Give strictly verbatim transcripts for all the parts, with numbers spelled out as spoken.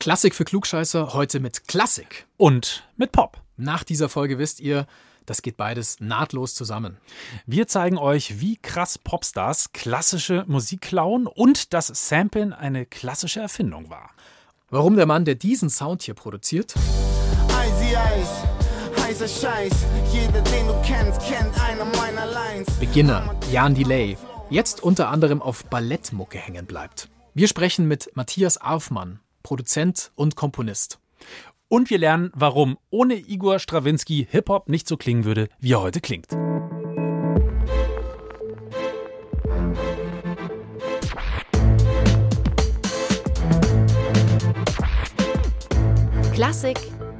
Klassik für Klugscheißer, heute mit Klassik. Und mit Pop. Nach dieser Folge wisst ihr, das geht beides nahtlos zusammen. Wir zeigen euch, wie krass Popstars klassische Musik klauen und dass Samplen eine klassische Erfindung war. Warum der Mann, der diesen Sound hier produziert, Easy Eis, heißer Scheiß, jeder, den du kennst, kennt eine meiner Lines. Beginner Jan Delay, jetzt unter anderem auf Ballettmucke hängen bleibt. Wir sprechen mit Matthias Arfmann, Produzent und Komponist. Und wir lernen, warum ohne Igor Strawinski Hip-Hop nicht so klingen würde, wie er heute klingt. Klassik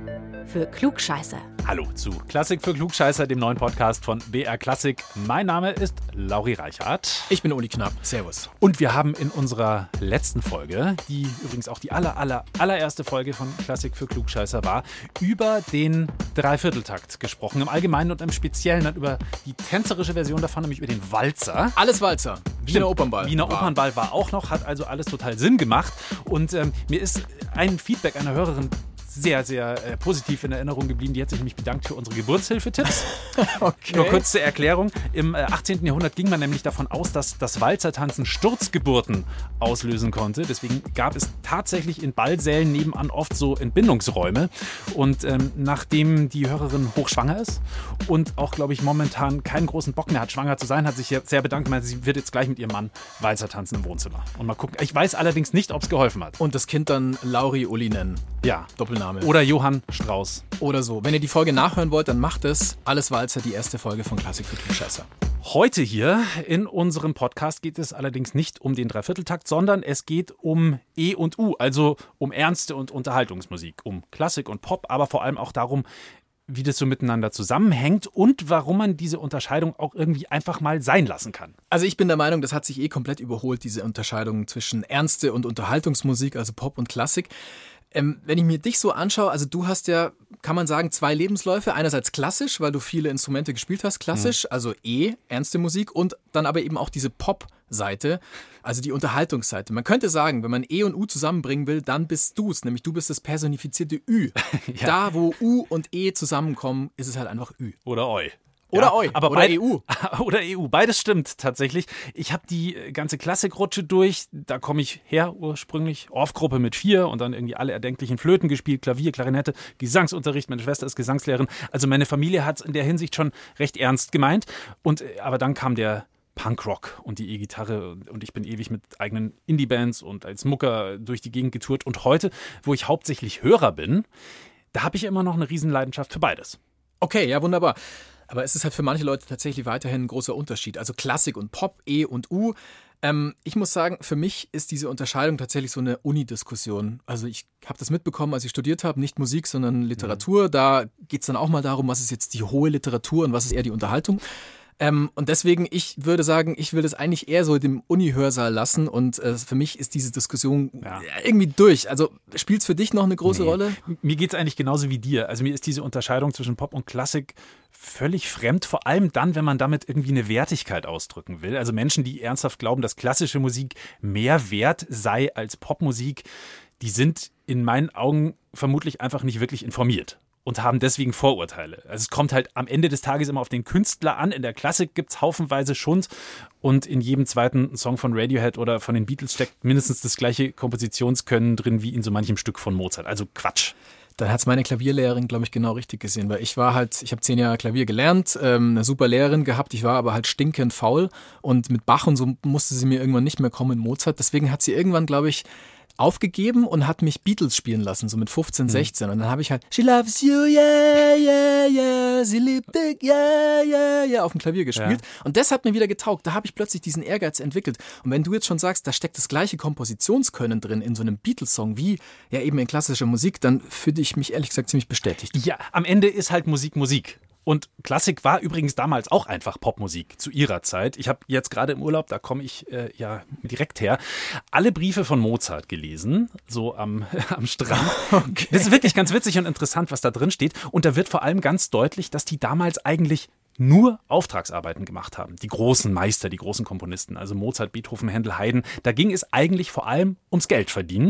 für Klugscheißer. Hallo zu Klassik für Klugscheißer, dem neuen Podcast von B R Klassik. Mein Name ist Lauri Reichhardt. Ich bin Uli Knapp. Servus. Und wir haben in unserer letzten Folge, die übrigens auch die aller, aller, allererste Folge von Klassik für Klugscheißer war, über den Dreivierteltakt gesprochen. Im Allgemeinen und im Speziellen dann über die tänzerische Version davon, nämlich über den Walzer. Alles Walzer. Wiener Opernball. Wiener war. Opernball war auch noch, hat also alles total Sinn gemacht. Und ähm, mir ist ein Feedback einer Hörerin sehr, sehr äh, positiv in Erinnerung geblieben. Die hat sich nämlich bedankt für unsere Geburtshilfetipps. Okay. Nur kurz zur Erklärung. Im äh, achtzehnten. Jahrhundert ging man nämlich davon aus, dass das Walzertanzen Sturzgeburten auslösen konnte. Deswegen gab es tatsächlich in Ballsälen nebenan oft so Entbindungsräume. Und ähm, nachdem die Hörerin hochschwanger ist und auch, glaube ich, momentan keinen großen Bock mehr hat, schwanger zu sein, hat sich sehr bedankt. Meinte, sie wird jetzt gleich mit ihrem Mann Walzer tanzen im Wohnzimmer. Und mal gucken. Ich weiß allerdings nicht, ob es geholfen hat. Und das Kind dann Lauri Uli nennen. Ja. Doppelname. Oder Johann Strauß. Oder so. Wenn ihr die Folge nachhören wollt, dann macht es. Alles Walzer, die erste Folge von Klassik für Klugscheißer. Heute hier in unserem Podcast geht es allerdings nicht um den Dreivierteltakt, sondern es geht um E und U, also um ernste und Unterhaltungsmusik, um Klassik und Pop, aber vor allem auch darum, wie das so miteinander zusammenhängt und warum man diese Unterscheidung auch irgendwie einfach mal sein lassen kann. Also ich bin der Meinung, das hat sich eh komplett überholt, diese Unterscheidung zwischen ernste und Unterhaltungsmusik, also Pop und Klassik. Ähm, wenn ich mir dich so anschaue, also du hast ja, kann man sagen, zwei Lebensläufe. Einerseits klassisch, weil du viele Instrumente gespielt hast, klassisch, mhm. also E, ernste Musik, und dann aber eben auch diese Pop-Seite, also die Unterhaltungsseite. Man könnte sagen, wenn man E und U zusammenbringen will, dann bist du es, nämlich du bist das personifizierte Ü. Ja. Da, wo U und E zusammenkommen, ist es halt einfach Ü. Oder Eu. Oder ja, Eu, aber oder beid, E U. Oder E U, beides stimmt tatsächlich. Ich habe die ganze Klassikrutsche durch, da komme ich her ursprünglich, Orff-Gruppe mit vier und dann irgendwie alle erdenklichen Flöten gespielt, Klavier, Klarinette, Gesangsunterricht, meine Schwester ist Gesangslehrerin. Also meine Familie hat es in der Hinsicht schon recht ernst gemeint. Und, aber dann kam der Punkrock und die E-Gitarre und ich bin ewig mit eigenen Indie-Bands und als Mucker durch die Gegend getourt. Und heute, wo ich hauptsächlich Hörer bin, da habe ich immer noch eine Riesenleidenschaft für beides. Okay, ja, wunderbar. Aber es ist halt für manche Leute tatsächlich weiterhin ein großer Unterschied. Also Klassik und Pop, E und U. Ähm, ich muss sagen, für mich ist diese Unterscheidung tatsächlich so eine Uni-Diskussion. Also ich habe das mitbekommen, als ich studiert habe, nicht Musik, sondern Literatur. Mhm. Da geht es dann auch mal darum, was ist jetzt die hohe Literatur und was ist eher die Unterhaltung. Ähm, und deswegen, ich würde sagen, ich will das eigentlich eher so dem Uni-Hörsaal lassen und äh, für mich ist diese Diskussion ja. irgendwie durch. Also spielt es für dich noch eine große nee. Rolle? Mir geht es eigentlich genauso wie dir. Also mir ist diese Unterscheidung zwischen Pop und Klassik völlig fremd, vor allem dann, wenn man damit irgendwie eine Wertigkeit ausdrücken will. Also Menschen, die ernsthaft glauben, dass klassische Musik mehr wert sei als Popmusik, die sind in meinen Augen vermutlich einfach nicht wirklich informiert. Und haben deswegen Vorurteile. Also es kommt halt am Ende des Tages immer auf den Künstler an. In der Klassik gibt es haufenweise Schund und in jedem zweiten Song von Radiohead oder von den Beatles steckt mindestens das gleiche Kompositionskönnen drin wie in so manchem Stück von Mozart. Also Quatsch. Dann hat es meine Klavierlehrerin, glaube ich, genau richtig gesehen, weil ich war halt, ich habe zehn Jahre Klavier gelernt, ähm, eine super Lehrerin gehabt, ich war aber halt stinkend faul und mit Bach und so musste sie mir irgendwann nicht mehr kommen in Mozart. Deswegen hat sie irgendwann, glaube ich, aufgegeben und hat mich Beatles spielen lassen, so mit fünfzehn, sechzehn. Und dann habe ich halt She loves you, yeah, yeah, yeah, sie liebt dich, yeah, yeah, yeah, auf dem Klavier gespielt. Ja. Und das hat mir wieder getaugt. Da habe ich plötzlich diesen Ehrgeiz entwickelt. Und wenn du jetzt schon sagst, da steckt das gleiche Kompositionskönnen drin in so einem Beatles-Song wie ja eben in klassischer Musik, dann fühle ich mich ehrlich gesagt ziemlich bestätigt. Ja, am Ende ist halt Musik Musik. Und Klassik war übrigens damals auch einfach Popmusik zu ihrer Zeit. Ich habe jetzt gerade im Urlaub, da komme ich äh, ja direkt her, alle Briefe von Mozart gelesen, so am, am Strand. Okay. Das ist wirklich ganz witzig und interessant, was da drin steht. Und da wird vor allem ganz deutlich, dass die damals eigentlich nur Auftragsarbeiten gemacht haben. Die großen Meister, die großen Komponisten, also Mozart, Beethoven, Händel, Haydn. Da ging es eigentlich vor allem ums Geld verdienen.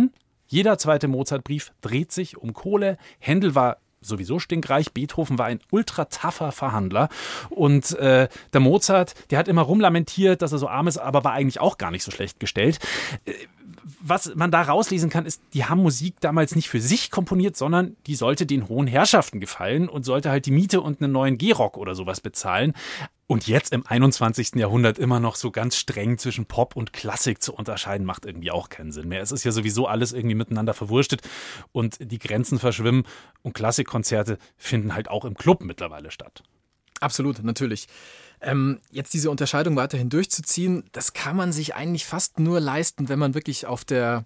Jeder zweite Mozart-Brief dreht sich um Kohle. Händel war sowieso stinkreich. Beethoven war ein ultra tougher Verhandler. Und äh, der Mozart, der hat immer rumlamentiert, dass er so arm ist, aber war eigentlich auch gar nicht so schlecht gestellt. Äh, was man da rauslesen kann, ist, die haben Musik damals nicht für sich komponiert, sondern die sollte den hohen Herrschaften gefallen und sollte halt die Miete und einen neuen Gehrock oder sowas bezahlen. Und jetzt im einundzwanzigsten Jahrhundert immer noch so ganz streng zwischen Pop und Klassik zu unterscheiden, macht irgendwie auch keinen Sinn mehr. Es ist ja sowieso alles irgendwie miteinander verwurstet und die Grenzen verschwimmen und Klassikkonzerte finden halt auch im Club mittlerweile statt. Absolut, natürlich. Ähm, jetzt diese Unterscheidung weiterhin durchzuziehen, das kann man sich eigentlich fast nur leisten, wenn man wirklich auf der,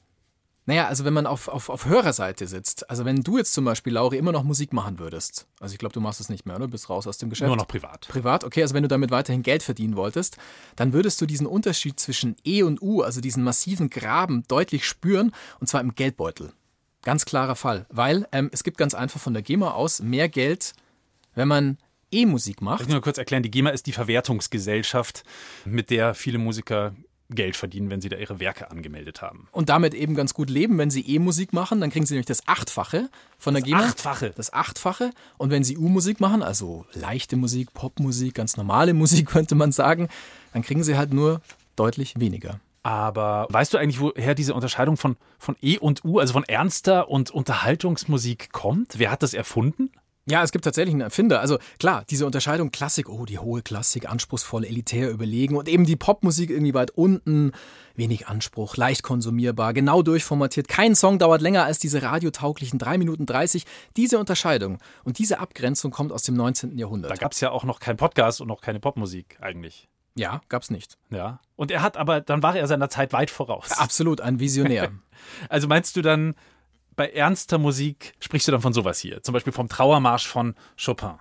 naja, also wenn man auf, auf, auf Hörerseite sitzt. Also wenn du jetzt zum Beispiel, Lauri, immer noch Musik machen würdest, also ich glaube, du machst es nicht mehr, oder? Du bist raus aus dem Geschäft. Nur noch privat. Privat, okay, also wenn du damit weiterhin Geld verdienen wolltest, dann würdest du diesen Unterschied zwischen E und U, also diesen massiven Graben, deutlich spüren, und zwar im Geldbeutel. Ganz klarer Fall, weil ähm, es gibt ganz einfach von der GEMA aus mehr Geld, wenn man E-Musik macht. Ich will nur kurz erklären, die GEMA ist die Verwertungsgesellschaft, mit der viele Musiker Geld verdienen, wenn sie da ihre Werke angemeldet haben. Und damit eben ganz gut leben. Wenn sie E-Musik machen, dann kriegen sie nämlich das Achtfache von der Das GEMA. Achtfache? Das Achtfache. Und wenn sie U-Musik machen, also leichte Musik, Popmusik, ganz normale Musik, könnte man sagen, dann kriegen sie halt nur deutlich weniger. Aber weißt du eigentlich, woher diese Unterscheidung von, von E und U, also von ernster und Unterhaltungsmusik kommt? Wer hat das erfunden? Ja, es gibt tatsächlich einen Erfinder. Also klar, diese Unterscheidung Klassik, oh, die hohe Klassik, anspruchsvoll, elitär, überlegen, und eben die Popmusik irgendwie weit unten, wenig Anspruch, leicht konsumierbar, genau durchformatiert. Kein Song dauert länger als diese radiotauglichen drei Minuten dreißig. Diese Unterscheidung und diese Abgrenzung kommt aus dem neunzehnten Jahrhundert. Da gab es ja auch noch keinen Podcast und noch keine Popmusik eigentlich. Ja, gab's nicht. Ja. Und er hat aber, dann war er seiner Zeit weit voraus. Absolut, ein Visionär. Also meinst du dann, bei ernster Musik sprichst du dann von sowas hier? Zum Beispiel vom Trauermarsch von Chopin.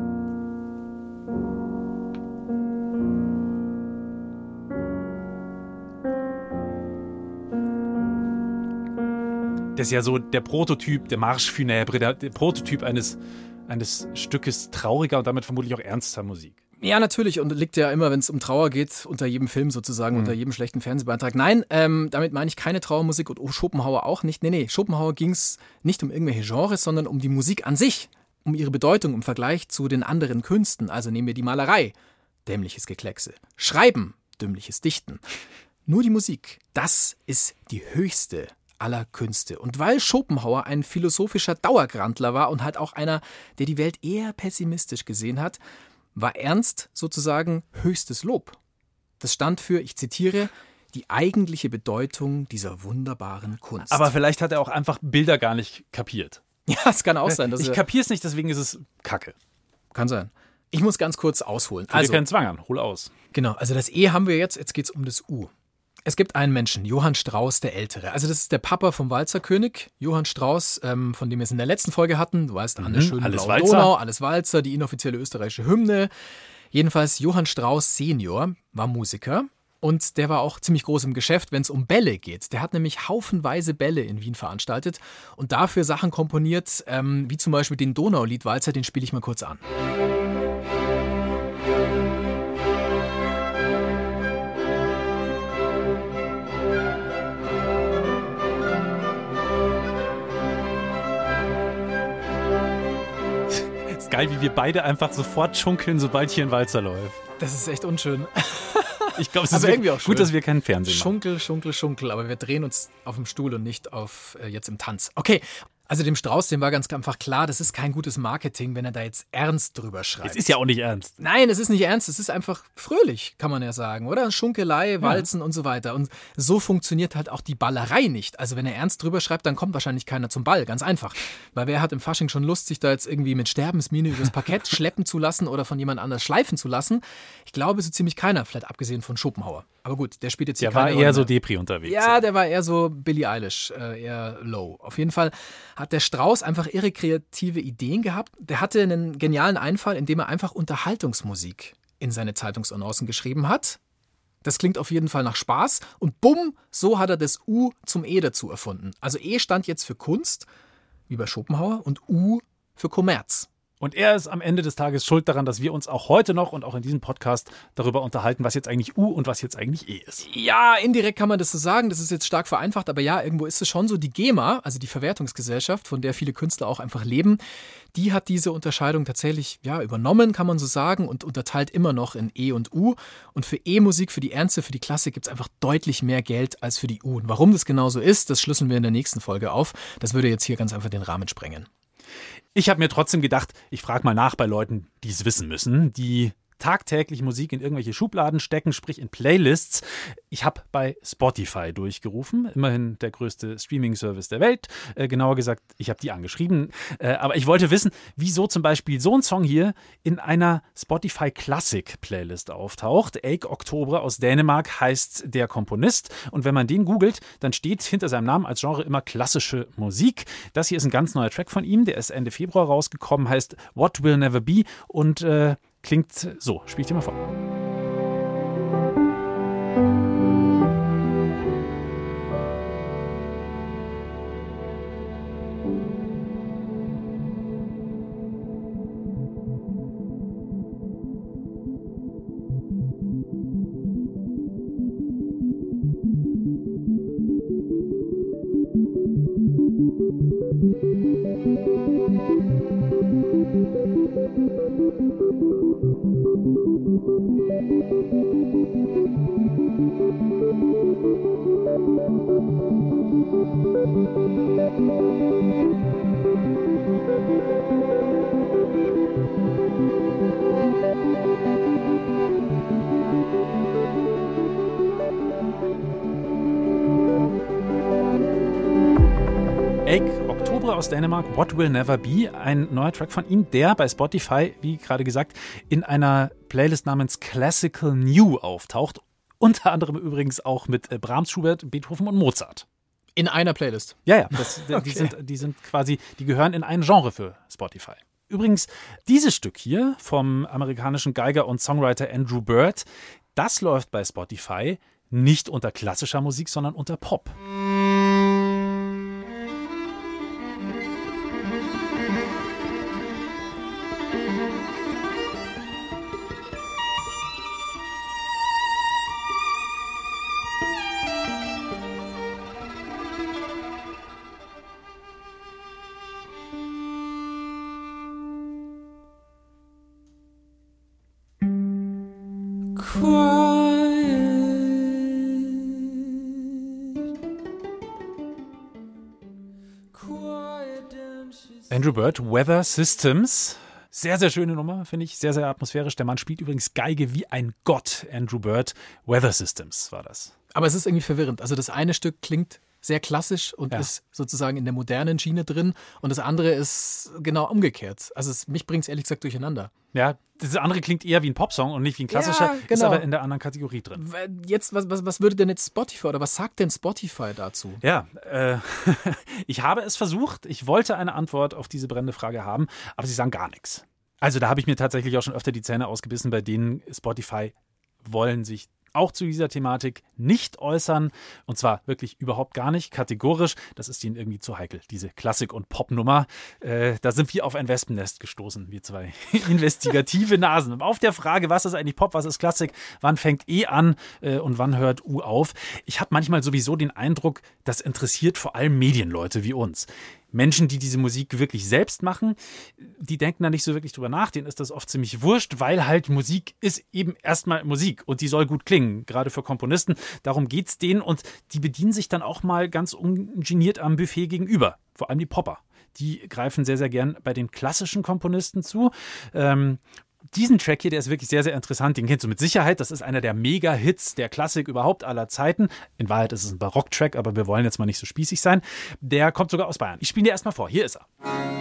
Das ist ja so der Prototyp, der Marche funèbre, der, der Prototyp eines, eines Stückes trauriger und damit vermutlich auch ernster Musik. Ja, natürlich. Und liegt ja immer, wenn es um Trauer geht, unter jedem Film sozusagen, mhm. unter jedem schlechten Fernsehbeitrag. Nein, ähm, damit meine ich keine Trauermusik und oh, Schopenhauer auch nicht. Nee, nee, Schopenhauer ging es nicht um irgendwelche Genres, sondern um die Musik an sich, um ihre Bedeutung im Vergleich zu den anderen Künsten. Also nehmen wir die Malerei, dämliches Gekleckse. Schreiben, dümmliches Dichten. Nur die Musik, das ist die höchste aller Künste. Und weil Schopenhauer ein philosophischer Dauergrandler war und halt auch einer, der die Welt eher pessimistisch gesehen hat, war Ernst sozusagen höchstes Lob. Das stand für, ich zitiere, die eigentliche Bedeutung dieser wunderbaren Kunst. Aber vielleicht hat er auch einfach Bilder gar nicht kapiert. Ja, es kann auch sein. Dass ich kapiere es nicht, deswegen ist es Kacke. Kann sein. Ich muss ganz kurz ausholen. Tu dir keinen Zwang an, hol aus. Genau, also das E haben wir jetzt, jetzt geht es um das U. Es gibt einen Menschen, Johann Strauss der Ältere. Also das ist der Papa vom Walzerkönig, Johann Strauss, ähm, von dem wir es in der letzten Folge hatten. Du weißt, an der mhm, schönen alles blauen Walzer. Donau, alles Walzer, die inoffizielle österreichische Hymne. Jedenfalls Johann Strauss Senior war Musiker und der war auch ziemlich groß im Geschäft, wenn es um Bälle geht. Der hat nämlich haufenweise Bälle in Wien veranstaltet und dafür Sachen komponiert, ähm, wie zum Beispiel den Donauliedwalzer, den spiele ich mal kurz an. Geil, wie wir beide einfach sofort schunkeln, sobald hier ein Walzer läuft. Das ist echt unschön. Ich glaube, es aber ist irgendwie auch schön. Gut, dass wir keinen Fernsehen machen. Schunkel, schunkel, schunkel, aber wir drehen uns auf dem Stuhl und nicht auf äh, jetzt im Tanz. Okay, also dem Strauß, dem war ganz einfach klar, das ist kein gutes Marketing, wenn er da jetzt ernst drüber schreibt. Es ist ja auch nicht ernst. Nein, es ist nicht ernst, es ist einfach fröhlich, kann man ja sagen, oder? Schunkelei, Walzen ja. und so weiter. Und so funktioniert halt auch die Ballerei nicht. Also wenn er ernst drüber schreibt, dann kommt wahrscheinlich keiner zum Ball, ganz einfach. Weil wer hat im Fasching schon Lust, sich da jetzt irgendwie mit Sterbensmiene übers Parkett schleppen zu lassen oder von jemand anders schleifen zu lassen? Ich glaube, so ziemlich keiner, vielleicht abgesehen von Schopenhauer. Aber gut, der spielt jetzt hier Der war keine eher Rolle so mehr. Depri unterwegs. Ja, der war eher so Billie Eilish, äh, eher low. Auf jeden Fall hat der Strauß einfach irre kreative Ideen gehabt. Der hatte einen genialen Einfall, indem er einfach Unterhaltungsmusik in seine Zeitungsannoncen geschrieben hat. Das klingt auf jeden Fall nach Spaß. Und bumm, so hat er das U zum E dazu erfunden. Also E stand jetzt für Kunst, wie bei Schopenhauer, und U für Kommerz. Und er ist am Ende des Tages schuld daran, dass wir uns auch heute noch und auch in diesem Podcast darüber unterhalten, was jetzt eigentlich U und was jetzt eigentlich E ist. Ja, indirekt kann man das so sagen. Das ist jetzt stark vereinfacht, aber ja, irgendwo ist es schon so. Die GEMA, also die Verwertungsgesellschaft, von der viele Künstler auch einfach leben, die hat diese Unterscheidung tatsächlich ja, übernommen, kann man so sagen, und unterteilt immer noch in E und U. Und für E-Musik, für die Ernste, für die Klassik gibt es einfach deutlich mehr Geld als für die U. Und warum das genau so ist, das schlüsseln wir in der nächsten Folge auf. Das würde jetzt hier ganz einfach den Rahmen sprengen. Ich habe mir trotzdem gedacht, ich frage mal nach bei Leuten, die es wissen müssen, die tagtäglich Musik in irgendwelche Schubladen stecken, sprich in Playlists. Ich habe bei Spotify durchgerufen, immerhin der größte Streaming-Service der Welt. Äh, genauer gesagt, ich habe die angeschrieben. Äh, aber ich wollte wissen, wieso zum Beispiel so ein Song hier in einer Spotify Classic-Playlist auftaucht. Eik Oktober aus Dänemark heißt der Komponist. Und wenn man den googelt, dann steht hinter seinem Namen als Genre immer klassische Musik. Das hier ist ein ganz neuer Track von ihm, der ist Ende Februar rausgekommen, heißt What Will Never Be und äh, klingt so. Spiel ich dir mal vor. Eik Oktober aus Dänemark, What Will Never Be, ein neuer Track von ihm, der bei Spotify, wie gerade gesagt, in einer Playlist namens Classical New auftaucht. Unter anderem übrigens auch mit Brahms, Schubert, Beethoven und Mozart. In einer Playlist? Ja, ja, das, okay. die, sind, die sind quasi, die gehören in ein Genre für Spotify. Übrigens, dieses Stück hier vom amerikanischen Geiger und Songwriter Andrew Bird, das läuft bei Spotify nicht unter klassischer Musik, sondern unter Pop. Andrew Bird, Weather Systems. Sehr, sehr schöne Nummer, finde ich. Sehr, sehr atmosphärisch. Der Mann spielt übrigens Geige wie ein Gott. Andrew Bird, Weather Systems war das. Aber es ist irgendwie verwirrend. Also das eine Stück klingt sehr klassisch und ja. ist sozusagen in der modernen Schiene drin und das andere ist genau umgekehrt. Also es, mich bringt es ehrlich gesagt durcheinander. Ja, das andere klingt eher wie ein Popsong und nicht wie ein klassischer, ja, genau. Ist aber in der anderen Kategorie drin. Jetzt, was, was, was würde denn jetzt Spotify oder was sagt denn Spotify dazu? Ja, äh, ich habe es versucht. Ich wollte eine Antwort auf diese brennende Frage haben, aber sie sagen gar nichts. Also da habe ich mir tatsächlich auch schon öfter die Zähne ausgebissen, bei denen Spotify wollen sich auch zu dieser Thematik nicht äußern. Und zwar wirklich überhaupt gar nicht, kategorisch. Das ist ihnen irgendwie zu heikel, diese Klassik- und Popnummer. Äh, da sind wir auf ein Wespennest gestoßen, wir zwei investigative Nasen. Auf der Frage, was ist eigentlich Pop, was ist Klassik, wann fängt E an äh, und wann hört U auf? Ich habe manchmal sowieso den Eindruck, das interessiert vor allem Medienleute wie uns. Menschen, die diese Musik wirklich selbst machen, die denken da nicht so wirklich drüber nach. Denen ist das oft ziemlich wurscht, weil halt Musik ist eben erstmal Musik und die soll gut klingen, gerade für Komponisten. Darum geht's denen und die bedienen sich dann auch mal ganz ungeniert am Buffet gegenüber. Vor allem die Popper. Die greifen sehr, sehr gern bei den klassischen Komponisten zu. Ähm, Diesen Track hier, der ist wirklich sehr, sehr interessant. Den kennst du mit Sicherheit. Das ist einer der Mega-Hits der Klassik überhaupt aller Zeiten. In Wahrheit ist es ein Barock-Track, aber wir wollen jetzt mal nicht so spießig sein. Der kommt sogar aus Bayern. Ich spiele dir erstmal vor. Hier ist er.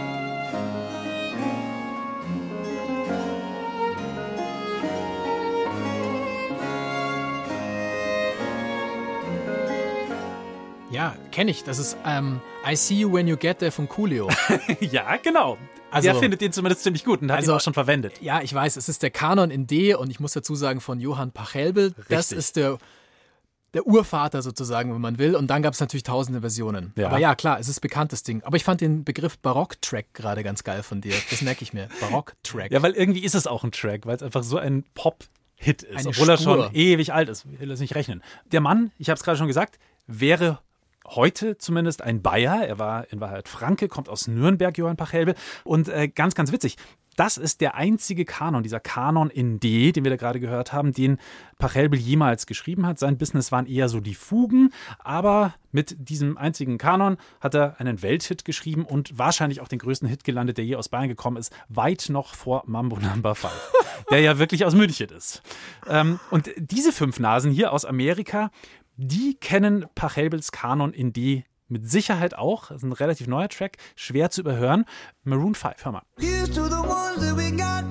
Ja, kenne ich. Das ist ähm, I See You When You Get There von Coolio. Ja, genau. Also, der findet den zumindest ziemlich gut und hat also, ihn auch schon verwendet. Ja, ich weiß, es ist der Kanon in D und ich muss dazu sagen von Johann Pachelbel. Das ist der der Urvater sozusagen, wenn man will. Und dann gab es natürlich tausende Versionen. Ja. Aber ja, klar, es ist ein bekanntes Ding. Aber ich fand den Begriff Barock-Track gerade ganz geil von dir. Das merke ich mir. Barock-Track. Ja, weil irgendwie ist es auch ein Track, weil es einfach so ein Pop-Hit ist, Eine obwohl er Spur. schon ewig alt ist. Ich will das nicht rechnen. Der Mann, ich habe es gerade schon gesagt, wäre heute zumindest ein Bayer. Er war in Wahrheit Franke, kommt aus Nürnberg, Johann Pachelbel. Und äh, ganz, ganz witzig. Das ist der einzige Kanon, dieser Kanon in D, den wir da gerade gehört haben, den Pachelbel jemals geschrieben hat. Sein Business waren eher so die Fugen, aber mit diesem einzigen Kanon hat er einen Welthit geschrieben und wahrscheinlich auch den größten Hit gelandet, der je aus Bayern gekommen ist, weit noch vor Mambo Number Five, der ja wirklich aus München ist. Ähm, und diese fünf Nasen hier aus Amerika, die kennen Pachelbels Kanon in D mit Sicherheit auch. Das ist ein relativ neuer Track, schwer zu überhören. Maroon five, hör mal. Here's to the ones that we got.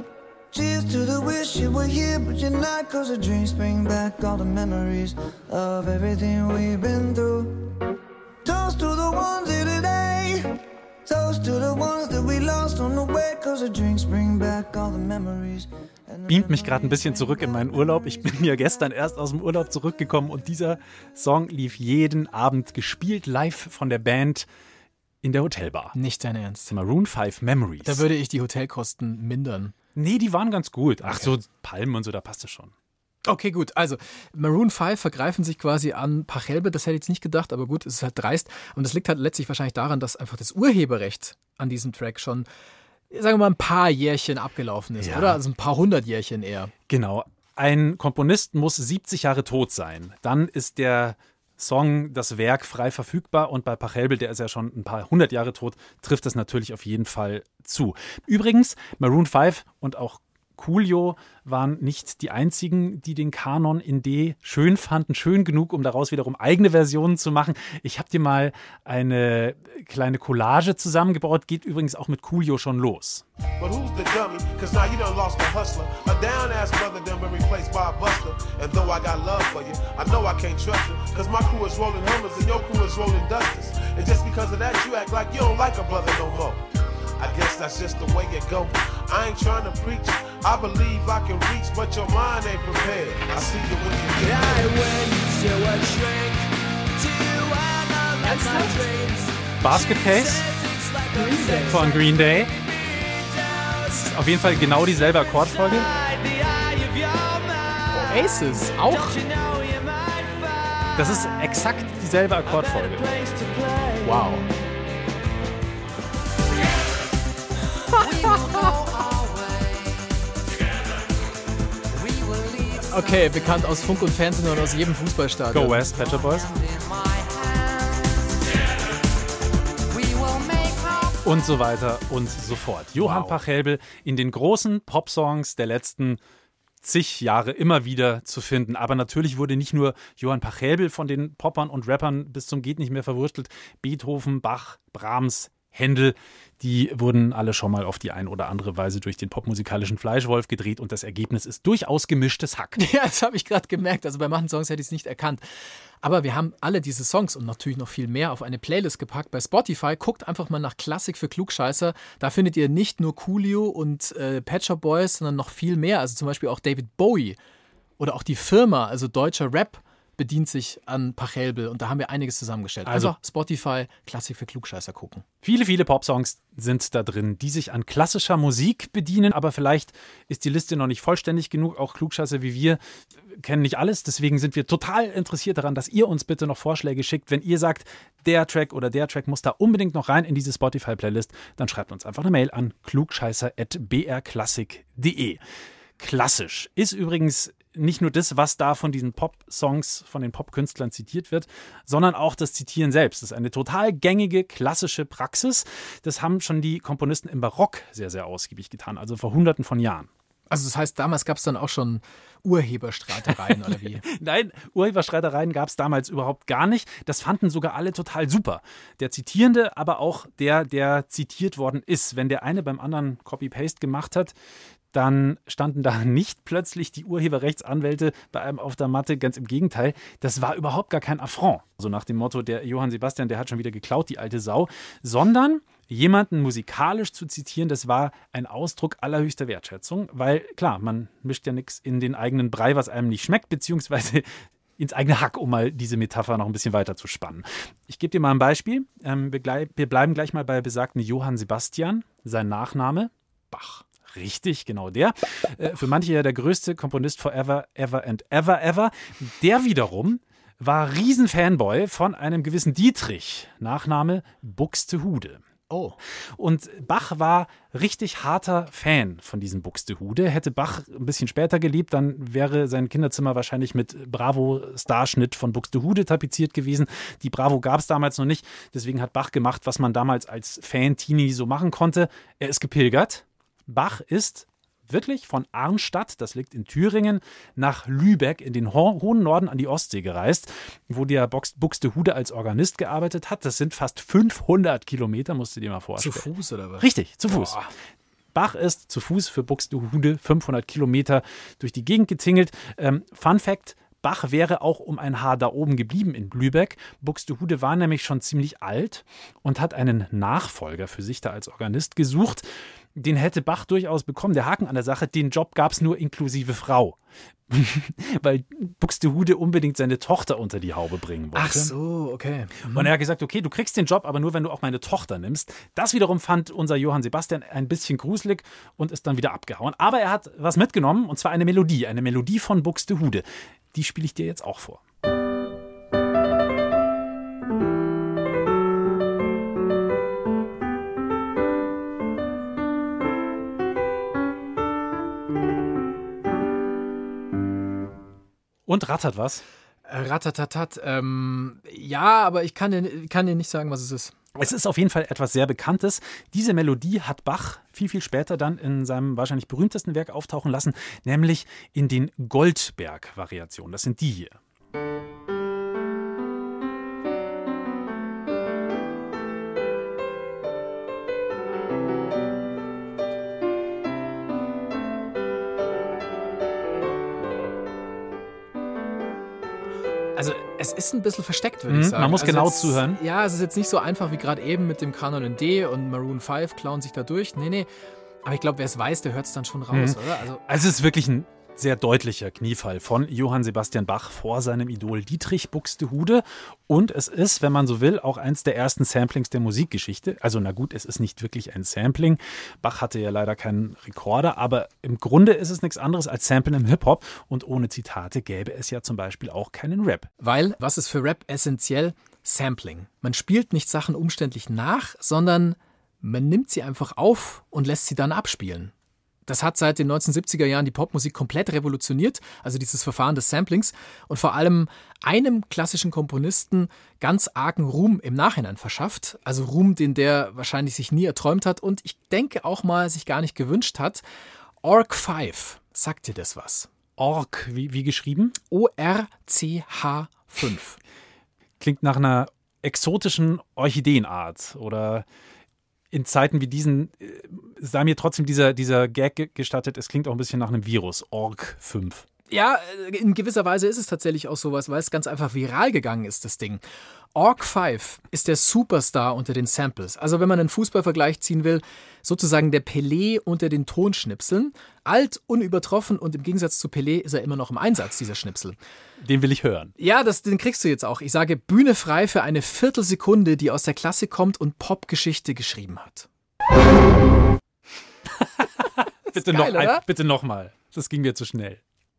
Cheers to the wish you were here, but you're not. Cause the dreams bring back all the memories of everything we've been through. Toast to the ones here today. Toast to the ones that we lost on the way. Cause the drinks bring back all the memories. Beamt mich gerade ein bisschen zurück in meinen Urlaub. Ich bin ja gestern erst aus dem Urlaub zurückgekommen und dieser Song lief jeden Abend gespielt live von der Band in der Hotelbar. Nicht dein Ernst. Maroon five Memories. Da würde ich die Hotelkosten mindern. Nee, die waren ganz gut. Ach so, Palmen und so, da passt es schon. Okay, gut. Also Maroon five vergreifen sich quasi an Pachelbel. Das hätte ich jetzt nicht gedacht, aber gut, es ist halt dreist. Und das liegt halt letztlich wahrscheinlich daran, dass einfach das Urheberrecht an diesem Track schon, sagen wir mal, ein paar Jährchen abgelaufen ist, Ja. oder? Also ein paar hundert Jährchen eher. Genau. Ein Komponist muss siebzig Jahre tot sein. Dann ist der Song, das Werk frei verfügbar und bei Pachelbel, der ist ja schon ein paar hundert Jahre tot, trifft das natürlich auf jeden Fall zu. Übrigens, Maroon five und auch Coolio waren nicht die einzigen, die den Kanon in D schön fanden, schön genug, um daraus wiederum eigene Versionen zu machen. Ich habe dir mal eine kleine Collage zusammengebaut, geht übrigens auch mit Coolio schon los. But who's the dummy? Cause now you done lost the hustler. A down-ass brother done been replaced by a buster. And though I got love for you, I know I can't trust you. Cause my crew is rolling Hummers and your crew is rolling Dusters. And just because of that, you act like you don't like a brother no more. I guess that's just the way it go. I ain't trying to preach. I believe I can reach, but your mind ain't prepared. I see you when you get I went to a drink to one of my dreams. Basket Case von Green Day. Das ist auf jeden Fall genau dieselbe Akkordfolge. Oasis, auch. Das ist exakt dieselbe Akkordfolge. Wow. Okay, bekannt aus Funk und Fernsehen und aus jedem Fußballstadion. Go West, Pet Shop Boys. Und so weiter und so fort. Johann Wow. Pachelbel in den großen Popsongs der letzten zig Jahre immer wieder zu finden. Aber natürlich wurde nicht nur Johann Pachelbel von den Poppern und Rappern bis zum geht nicht mehr verwurstelt. Beethoven, Bach, Brahms, Händel, die wurden alle schon mal auf die ein oder andere Weise durch den popmusikalischen Fleischwolf gedreht und das Ergebnis ist durchaus gemischtes Hack. Ja, das habe ich gerade gemerkt. Also bei manchen Songs hätte ich es nicht erkannt. Aber wir haben alle diese Songs und natürlich noch viel mehr auf eine Playlist gepackt bei Spotify. Guckt einfach mal nach Klassik für Klugscheißer. Da findet ihr nicht nur Coolio und äh, Pet Shop Boys, sondern noch viel mehr. Also zum Beispiel auch David Bowie oder auch die Firma, also deutscher Rap, bedient sich an Pachelbel und da haben wir einiges zusammengestellt. Also Also Spotify, Klassik für Klugscheißer gucken. Viele, viele Popsongs sind da drin, die sich an klassischer Musik bedienen, aber vielleicht ist die Liste noch nicht vollständig genug. Auch Klugscheißer wie wir kennen nicht alles, deswegen sind wir total interessiert daran, dass ihr uns bitte noch Vorschläge schickt. Wenn ihr sagt, der Track oder der Track muss da unbedingt noch rein in diese Spotify-Playlist, dann schreibt uns einfach eine Mail an klugscheißer at b r klassik punkt d e. Klassisch ist übrigens nicht nur das, was da von diesen Pop-Songs, von den Pop-Künstlern zitiert wird, sondern auch das Zitieren selbst. Das ist eine total gängige, klassische Praxis. Das haben schon die Komponisten im Barock sehr, sehr ausgiebig getan, also vor hunderten von Jahren. Also das heißt, damals gab es dann auch schon Urheberstreitereien oder wie? Nein, Urheberstreitereien gab es damals überhaupt gar nicht. Das fanden sogar alle total super. Der Zitierende, aber auch der, der zitiert worden ist. Wenn der eine beim anderen Copy-Paste gemacht hat, dann standen da nicht plötzlich die Urheberrechtsanwälte bei einem auf der Matte. Ganz im Gegenteil, das war überhaupt gar kein Affront. So nach dem Motto, der Johann Sebastian, der hat schon wieder geklaut, die alte Sau. Sondern jemanden musikalisch zu zitieren, das war ein Ausdruck allerhöchster Wertschätzung. Weil klar, man mischt ja nichts in den eigenen Brei, was einem nicht schmeckt, beziehungsweise ins eigene Hack, um mal diese Metapher noch ein bisschen weiter zu spannen. Ich gebe dir mal ein Beispiel. Ähm, wir, glei- wir bleiben gleich mal bei besagten Johann Sebastian. Sein Nachname? Bach. Richtig, genau der. Äh, für manche ja der größte Komponist forever, ever and ever, ever. Der wiederum war Riesenfanboy von einem gewissen Dietrich. Nachname Buxtehude. Oh. Und Bach war richtig harter Fan von diesem Buxtehude. Hätte Bach ein bisschen später gelebt, dann wäre sein Kinderzimmer wahrscheinlich mit Bravo-Starschnitt von Buxtehude tapeziert gewesen. Die Bravo gab es damals noch nicht. Deswegen hat Bach gemacht, was man damals als Fan-Teenie so machen konnte. Er ist gepilgert. Bach ist wirklich von Arnstadt, das liegt in Thüringen, nach Lübeck in den ho- hohen Norden an die Ostsee gereist, wo der Box- Buxtehude als Organist gearbeitet hat. Das sind fast fünfhundert Kilometer, musst du dir mal vorstellen. Zu Fuß oder was? Richtig, zu Fuß. Boah. Bach ist zu Fuß für Buxtehude fünfhundert Kilometer durch die Gegend getingelt. Ähm, Fun Fact: Bach wäre auch um ein Haar da oben geblieben in Lübeck. Buxtehude war nämlich schon ziemlich alt und hat einen Nachfolger für sich da als Organist gesucht. Den hätte Bach durchaus bekommen. Der Haken an der Sache, den Job gab es nur inklusive Frau. Weil Buxtehude unbedingt seine Tochter unter die Haube bringen wollte. Ach so, okay. Und er hat gesagt, okay, du kriegst den Job, aber nur, wenn du auch meine Tochter nimmst. Das wiederum fand unser Johann Sebastian ein bisschen gruselig und ist dann wieder abgehauen. Aber er hat was mitgenommen, und zwar eine Melodie. Eine Melodie von Buxtehude. Die spiele ich dir jetzt auch vor. Und rattert was? Äh, Ratatatat. Ähm, ja, aber ich kann dir, kann dir nicht sagen, was es ist. Es ist auf jeden Fall etwas sehr Bekanntes. Diese Melodie hat Bach viel, viel später dann in seinem wahrscheinlich berühmtesten Werk auftauchen lassen, nämlich in den Goldberg-Variationen. Das sind die hier. Also es ist ein bisschen versteckt, würde Mhm, ich sagen. man muss also genau jetzt, zuhören. Ja, es ist jetzt nicht so einfach wie gerade eben mit dem Kanon in D und Maroon fünf klauen sich da durch. Nee, nee. Aber ich glaube, wer es weiß, der hört es dann schon raus, Mhm. oder? Also Also es ist wirklich ein sehr deutlicher Kniefall von Johann Sebastian Bach vor seinem Idol Dietrich Buxtehude. Und es ist, wenn man so will, auch eins der ersten Samplings der Musikgeschichte. Also na gut, es ist nicht wirklich ein Sampling. Bach hatte ja leider keinen Rekorder, aber im Grunde ist es nichts anderes als Samplen im Hip-Hop. Und ohne Zitate gäbe es ja zum Beispiel auch keinen Rap. Weil, was ist für Rap essentiell? Sampling. Man spielt nicht Sachen umständlich nach, sondern man nimmt sie einfach auf und lässt sie dann abspielen. Das hat seit den neunzehnhundertsiebziger Jahren die Popmusik komplett revolutioniert, also dieses Verfahren des Samplings, und vor allem einem klassischen Komponisten ganz argen Ruhm im Nachhinein verschafft. Also Ruhm, den der wahrscheinlich sich nie erträumt hat und ich denke auch mal sich gar nicht gewünscht hat. Orc fünf, sagt dir das was? Orc, wie, wie geschrieben? O R C H fünf. Klingt nach einer exotischen Orchideenart oder in Zeiten wie diesen äh, sei mir trotzdem dieser, dieser Gag ge- gestattet, es klingt auch ein bisschen nach einem Virus, Orc fünf. Ja, in gewisser Weise ist es tatsächlich auch sowas, weil es ganz einfach viral gegangen ist, das Ding. Orc fünf ist der Superstar unter den Samples. Also wenn man einen Fußballvergleich ziehen will, sozusagen der Pelé unter den Tonschnipseln. Alt, unübertroffen und im Gegensatz zu Pelé ist er immer noch im Einsatz, dieser Schnipsel. Den will ich hören. Ja, das, den kriegst du jetzt auch. Ich sage Bühne frei für eine Viertelsekunde, die aus der Klassik kommt und Popgeschichte geschrieben hat. bitte, geil, noch ein, oder? bitte noch mal. Das ging mir zu schnell.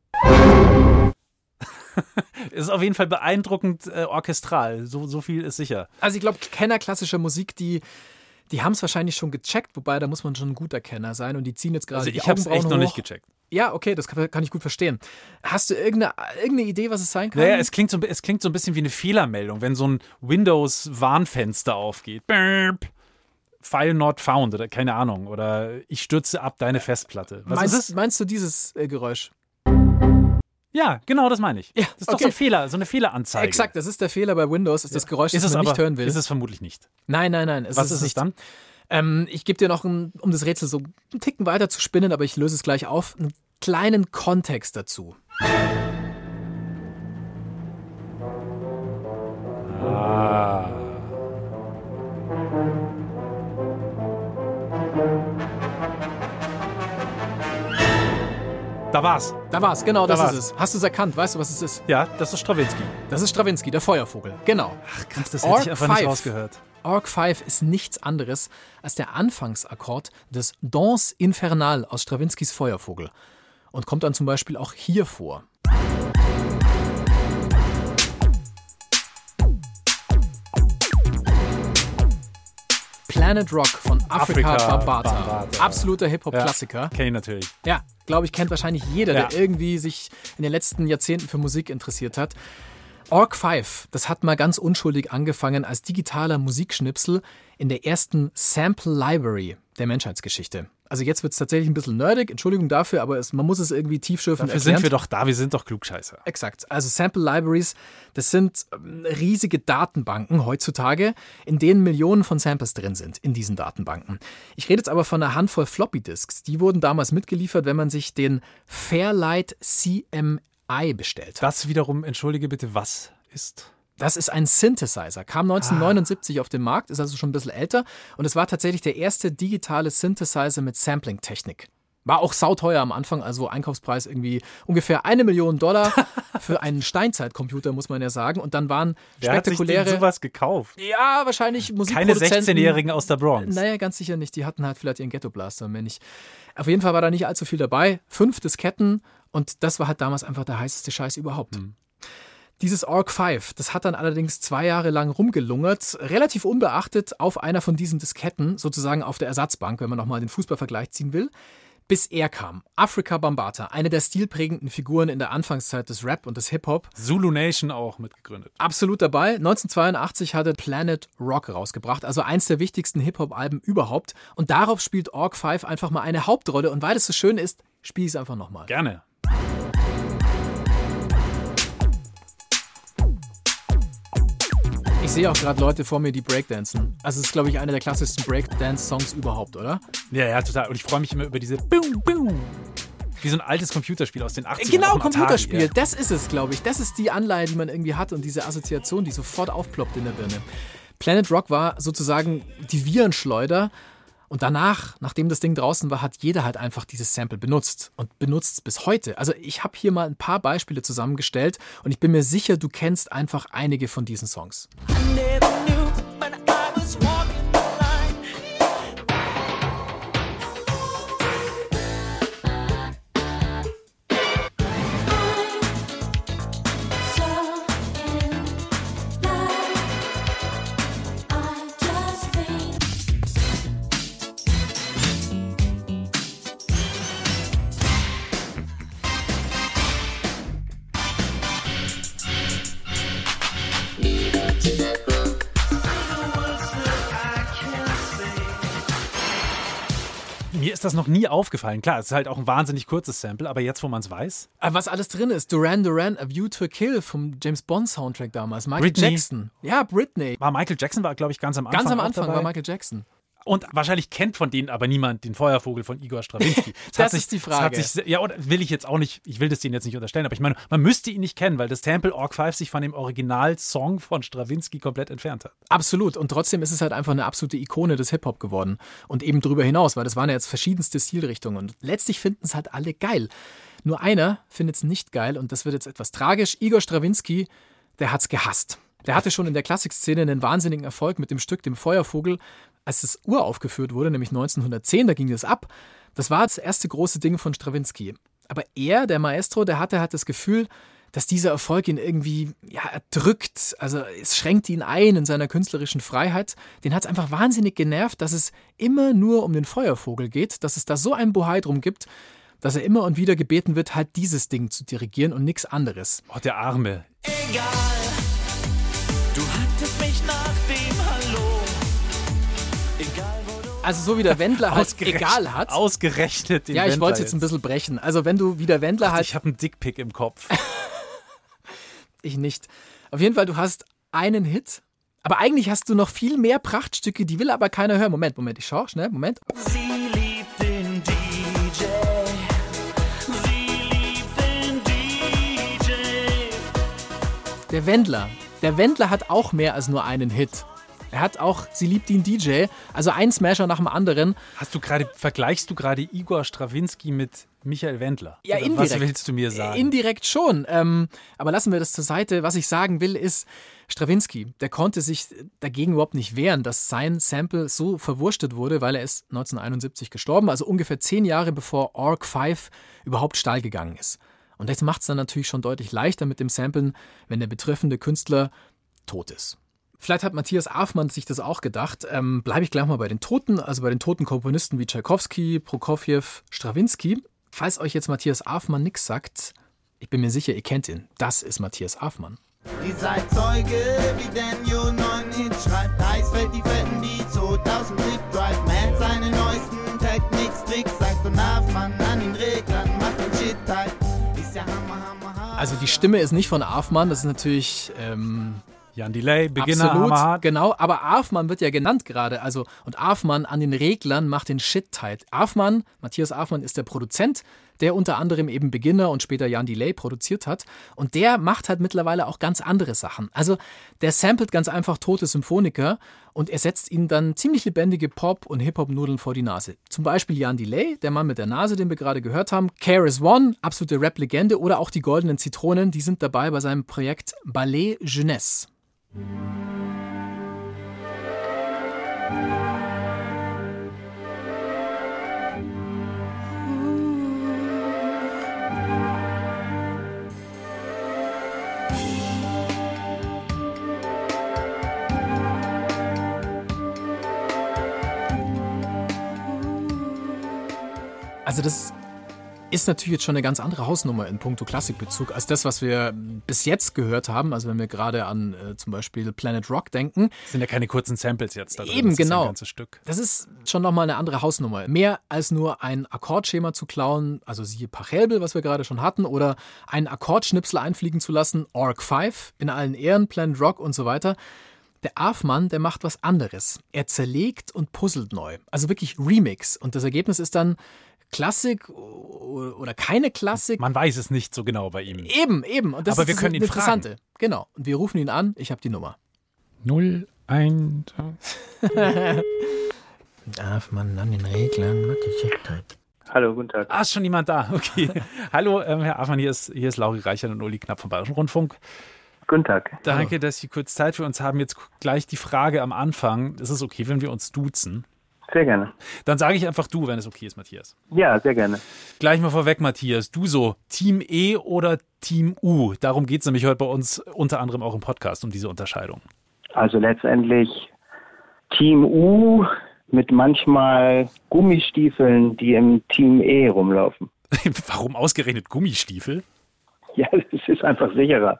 Ist auf jeden Fall beeindruckend äh, orchestral. So, so viel ist sicher. Also ich glaube, Kenner klassischer Musik, die, die haben es wahrscheinlich schon gecheckt, wobei da muss man schon ein guter Kenner sein und die ziehen jetzt gerade Also die ich habe es Augenbrauen echt noch hoch. nicht gecheckt. Ja, okay, das kann, kann ich gut verstehen. Hast du irgendeine, irgendeine Idee, was es sein kann? Naja, es klingt, so, es klingt so ein bisschen wie eine Fehlermeldung, wenn so ein Windows-Warnfenster aufgeht. Burp. File not found oder keine Ahnung. Oder ich stürze ab deine Festplatte. Was meinst, ist es? meinst du dieses äh, Geräusch? Ja, genau, das meine ich. Ja, das ist doch okay. so ein Fehler, so eine Fehleranzeige. Exakt, das ist der Fehler bei Windows, ist das Geräusch, Ist das es man aber, nicht hören will. Ist es vermutlich nicht. Nein, nein, nein. Es Was ist ist es nicht. dann? Ähm, ich gebe dir noch, ein, um das Rätsel so einen Ticken weiter zu spinnen, aber ich löse es gleich auf, einen kleinen Kontext dazu. Ah. Da war's. Da war's, genau, das Da ist war's. es. Hast du es erkannt? Weißt du, was es ist? Ja, das ist Stravinsky. Das ist Stravinsky, der Feuervogel. Genau. Ach krass, das Org hätte ich einfach nicht fünf. rausgehört. Org fünf ist nichts anderes als der Anfangsakkord des Danse Infernale aus Strawinskys Feuervogel und kommt dann zum Beispiel auch hier vor. Planet Rock von Afrika, Afrika Bambaataa. Bambaataa. Absoluter Hip-Hop-Klassiker. Ja, kenn ich natürlich. Ja, glaube ich, kennt wahrscheinlich jeder, Ja. der irgendwie sich in den letzten Jahrzehnten für Musik interessiert hat. Org fünf, das hat mal ganz unschuldig angefangen als digitaler Musikschnipsel in der ersten Sample Library der Menschheitsgeschichte. Also jetzt wird es tatsächlich ein bisschen nerdig, Entschuldigung dafür, aber es, man muss es irgendwie tiefschürfend Dafür erklären. sind wir doch da, wir sind doch Klugscheißer. Exakt. Also Sample Libraries, das sind ähm, riesige Datenbanken heutzutage, in denen Millionen von Samples drin sind, in diesen Datenbanken. Ich rede jetzt aber von einer Handvoll Floppy-Disks. Die wurden damals mitgeliefert, wenn man sich den Fairlight C M I bestellt hat. Das wiederum, entschuldige bitte, was ist? Das ist ein Synthesizer, kam neunzehnhundertneunundsiebzig ah. auf den Markt, ist also schon ein bisschen älter und es war tatsächlich der erste digitale Synthesizer mit Sampling-Technik. War auch sauteuer am Anfang, also Einkaufspreis irgendwie ungefähr eine Million Dollar für einen Steinzeitcomputer, muss man ja sagen. Und dann waren Wer spektakuläre... hat sich denn sowas gekauft? Ja, wahrscheinlich Musikproduzenten. Keine sechzehnjährigen aus der Bronx. Naja, ganz sicher nicht. Die hatten halt vielleicht ihren Ghetto-Blaster, mehr nicht. Auf jeden Fall war da nicht allzu viel dabei. Fünf Disketten und das war halt damals einfach der heißeste Scheiß überhaupt. Hm. Dieses Org fünf, das hat dann allerdings zwei Jahre lang rumgelungert, relativ unbeachtet auf einer von diesen Disketten, sozusagen auf der Ersatzbank, wenn man nochmal den Fußballvergleich ziehen will, bis er kam. Afrika Bambaataa, eine der stilprägenden Figuren in der Anfangszeit des Rap und des Hip-Hop. Zulu Nation auch mitgegründet. Absolut dabei. neunzehnhundertzweiundachtzig hatte Planet Rock rausgebracht, also eins der wichtigsten Hip-Hop-Alben überhaupt. Und darauf spielt Org fünf einfach mal eine Hauptrolle. Und weil es so schön ist, spiele ich es einfach nochmal. Gerne. Ich sehe auch gerade Leute vor mir, die Breakdancen. Also es ist, glaube ich, einer der klassischsten Breakdance-Songs überhaupt, oder? Ja, ja, total. Und ich freue mich immer über diese Boom, Boom. Wie so ein altes Computerspiel aus den achtzigern. Genau, auf dem Computerspiel. Atari, ja. Das ist es, glaube ich. Das ist die Anleihe, die man irgendwie hat und diese Assoziation, die sofort aufploppt in der Birne. Planet Rock war sozusagen die Virenschleuder. Und danach, nachdem das Ding draußen war, hat jeder halt einfach dieses Sample benutzt und benutzt es bis heute. Also ich habe hier mal ein paar Beispiele zusammengestellt und ich bin mir sicher, du kennst einfach einige von diesen Songs. Mir ist das noch nie aufgefallen. Klar, es ist halt auch ein wahnsinnig kurzes Sample, aber jetzt, wo man es weiß. Aber was alles drin ist, Duran Duran, A View to a Kill vom James Bond Soundtrack damals, Michael Britney. Jackson. Ja, Britney. War Michael Jackson, war glaube ich ganz am Anfang Ganz am auch Anfang dabei. war Michael Jackson. Und wahrscheinlich kennt von denen aber niemand den Feuervogel von Igor Strawinski. Das ist die Frage. Das hat sich, ja, oder will ich jetzt auch nicht, ich will das denen jetzt nicht unterstellen, aber ich meine, man müsste ihn nicht kennen, weil das Sample Org fünf sich von dem Originalsong von Strawinski komplett entfernt hat. Absolut. Und trotzdem ist es halt einfach eine absolute Ikone des Hip-Hop geworden. Und eben drüber hinaus, weil das waren ja jetzt verschiedenste Stilrichtungen. Und letztlich finden es halt alle geil. Nur einer findet es nicht geil und das wird jetzt etwas tragisch. Igor Strawinski, der hat's gehasst. Der hatte schon in der Klassikszene einen wahnsinnigen Erfolg mit dem Stück Dem Feuervogel, als es uraufgeführt wurde, nämlich neunzehnhundertzehn, da ging das ab. Das war das erste große Ding von Strawinski. Aber er, der Maestro, der hatte halt das Gefühl, dass dieser Erfolg ihn irgendwie ja, erdrückt. Also es schränkt ihn ein in seiner künstlerischen Freiheit. Den hat es einfach wahnsinnig genervt, dass es immer nur um den Feuervogel geht, dass es da so ein Bohai drum gibt, dass er immer und wieder gebeten wird, halt dieses Ding zu dirigieren und nichts anderes. Oh, der Arme. Egal, du hattest mich nach dem Hallo. Egal, wo du... Also so wie der Wendler halt Ausgerechnet- egal hat. Ausgerechnet den Ja, ich Wendler wollte es jetzt ein bisschen brechen. Also wenn du wie der Wendler halt... Ich habe einen Dickpick im Kopf. Ich nicht. Auf jeden Fall, du hast einen Hit, aber eigentlich hast du noch viel mehr Prachtstücke, die will aber keiner hören. Moment, Moment, ich schau, schnell, Moment. Sie liebt den D J. Sie liebt den D J. Der Wendler. Der Wendler hat auch mehr als nur einen Hit. Er hat auch Sie liebt ihn D J, also ein Smasher nach dem anderen. Hast du gerade, vergleichst du gerade Igor Strawinski mit Michael Wendler? Ja, Oder indirekt. Was willst du mir sagen? Indirekt schon. Ähm, aber lassen wir das zur Seite. Was ich sagen will, ist, Strawinski, der konnte sich dagegen überhaupt nicht wehren, dass sein Sample so verwurstet wurde, weil er ist neunzehnhunderteinundsiebzig gestorben, also ungefähr zehn Jahre bevor Org fünf überhaupt steil gegangen ist. Und das macht es dann natürlich schon deutlich leichter mit dem Samplen, wenn der betreffende Künstler tot ist. Vielleicht hat Matthias Afmann sich das auch gedacht. Ähm, bleibe ich gleich mal bei den Toten, also bei den toten Komponisten wie Tschaikowski, Prokofjew, Strawinski. Falls euch jetzt Matthias Afmann nichts sagt, ich bin mir sicher, ihr kennt ihn. Das ist Matthias Afmann. Ihr seid Zeuge, wie Daniel neuen Hit schreibt. Eisfeld die fetten Beats, holt aus dem Trip Drive. Man seine neuesten Techniks, Tricks, sagt und Afmann an den Reglern, macht den Shit tight. Ist ja Hammer, Hammer, Hammer. Also die Stimme ist nicht von Afmann, das ist natürlich ähm, Jan Delay, Beginner, absolut, Hammerhart. genau, aber Afmann wird ja genannt gerade, also und Afmann an den Reglern macht den Shit tight. Afmann, Matthias Afmann ist der Produzent, der unter anderem eben Beginner und später Jan Delay produziert hat und der macht halt mittlerweile auch ganz andere Sachen. Also der samplet ganz einfach tote Symphoniker und er setzt ihnen dann ziemlich lebendige Pop- und Hip-Hop-Nudeln vor die Nase. Zum Beispiel Jan Delay, der Mann mit der Nase, den wir gerade gehört haben, K R S One, absolute Rap-Legende oder auch die Goldenen Zitronen, die sind dabei bei seinem Projekt Ballet Jeunesse. Also das ist natürlich jetzt schon eine ganz andere Hausnummer in puncto Klassikbezug als das, was wir bis jetzt gehört haben. Also wenn wir gerade an äh, zum Beispiel Planet Rock denken. Das sind ja keine kurzen Samples jetzt. Da drin. Eben, das genau. Ist ein ganzes Stück. Das ist schon nochmal eine andere Hausnummer. Mehr als nur ein Akkordschema zu klauen, also siehe Pachelbel, was wir gerade schon hatten, oder einen Akkordschnipsel einfliegen zu lassen, Org fünf, in allen Ehren, Planet Rock und so weiter. Der Afmann, der macht was anderes. Er zerlegt und puzzelt neu. Also wirklich Remix. Und das Ergebnis ist dann Klassik oder keine Klassik. Man weiß es nicht so genau bei ihm. Eben, eben. Und das Aber ist wir das können ihn Interessante. fragen. Genau. Und wir rufen ihn an. Ich habe die Nummer. null, eins Afmann an den Reglern, macht die Checktheit. Hallo, guten Tag. Ah, ist schon jemand da. Okay. Hallo, ähm, Herr Afmann, hier ist, hier ist Lauri Reichert und Uli Knapp vom Bayerischen Rundfunk. Guten Tag. Danke, dass Sie kurz Zeit für uns haben. Jetzt gleich die Frage am Anfang. Ist es okay, wenn wir uns duzen? Sehr gerne. Dann sage ich einfach du, wenn es okay ist, Matthias. Ja, sehr gerne. Gleich mal vorweg, Matthias. Du so, Team E oder Team U? Darum geht es nämlich heute bei uns unter anderem auch im Podcast, um diese Unterscheidung. Also letztendlich Team U mit manchmal Gummistiefeln, die im Team E rumlaufen. Warum ausgerechnet Gummistiefel? Ja, das ist einfach sicherer.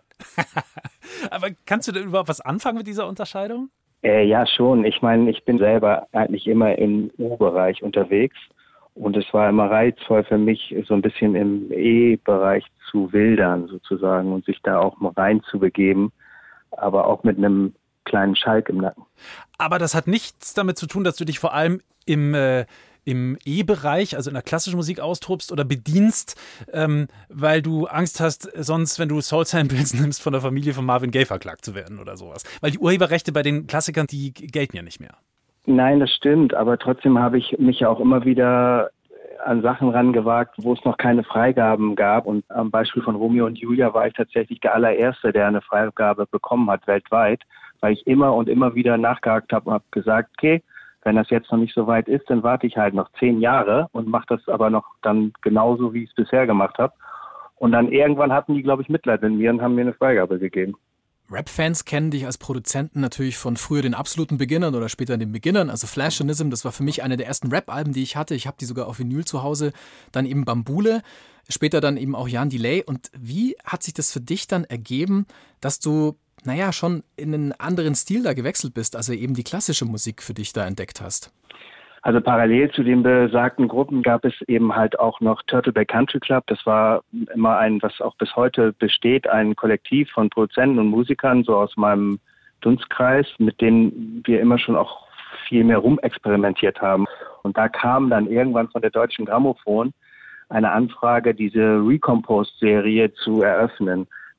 Aber kannst du denn überhaupt was anfangen mit dieser Unterscheidung? Äh, ja, schon. Ich meine, ich bin selber eigentlich immer im U-Bereich unterwegs und es war immer reizvoll für mich, so ein bisschen im E-Bereich zu wildern sozusagen und sich da auch mal reinzubegeben, aber auch mit einem kleinen Schalk im Nacken. Aber das hat nichts damit zu tun, dass du dich vor allem im, äh, im E-Bereich, also in der klassischen Musik austobst oder bedienst, ähm, weil du Angst hast, sonst, wenn du Soul-Samples nimmst, von der Familie von Marvin Gaye verklagt zu werden oder sowas. Weil die Urheberrechte bei den Klassikern, die gelten ja nicht mehr. Nein, das stimmt, aber trotzdem habe ich mich ja auch immer wieder an Sachen rangewagt, wo es noch keine Freigaben gab. Und am Beispiel von Romeo und Julia war ich tatsächlich der allererste, der eine Freigabe bekommen hat weltweit, weil ich immer und immer wieder nachgehakt habe und habe gesagt, okay, wenn das jetzt noch nicht so weit ist, dann warte ich halt noch zehn Jahre und mache das aber noch dann genauso, wie ich es bisher gemacht habe. Und dann irgendwann hatten die, glaube ich, Mitleid mit mir und haben mir eine Freigabe gegeben. Rap-Fans kennen dich als Produzenten natürlich von früher den absoluten Beginnern oder später den Beginnern. Also Flashanism, das war für mich eine der ersten Rap-Alben, die ich hatte. Ich habe die sogar auf Vinyl zu Hause. Dann eben Bambule, später dann eben auch Jan Delay. Und wie hat sich das für dich dann ergeben, dass du, naja, schon in einen anderen Stil da gewechselt bist, also eben die klassische Musik für dich da entdeckt hast? Also parallel zu den besagten Gruppen gab es eben halt auch noch Turtleback Country Club. Das war immer ein, was auch bis heute besteht, ein Kollektiv von Produzenten und Musikern, so aus meinem Dunstkreis, mit denen wir immer schon auch viel mehr rumexperimentiert haben. Und da kam dann irgendwann von der Deutschen Grammophon eine Anfrage, diese Recomposed-Serie zu eröffnen.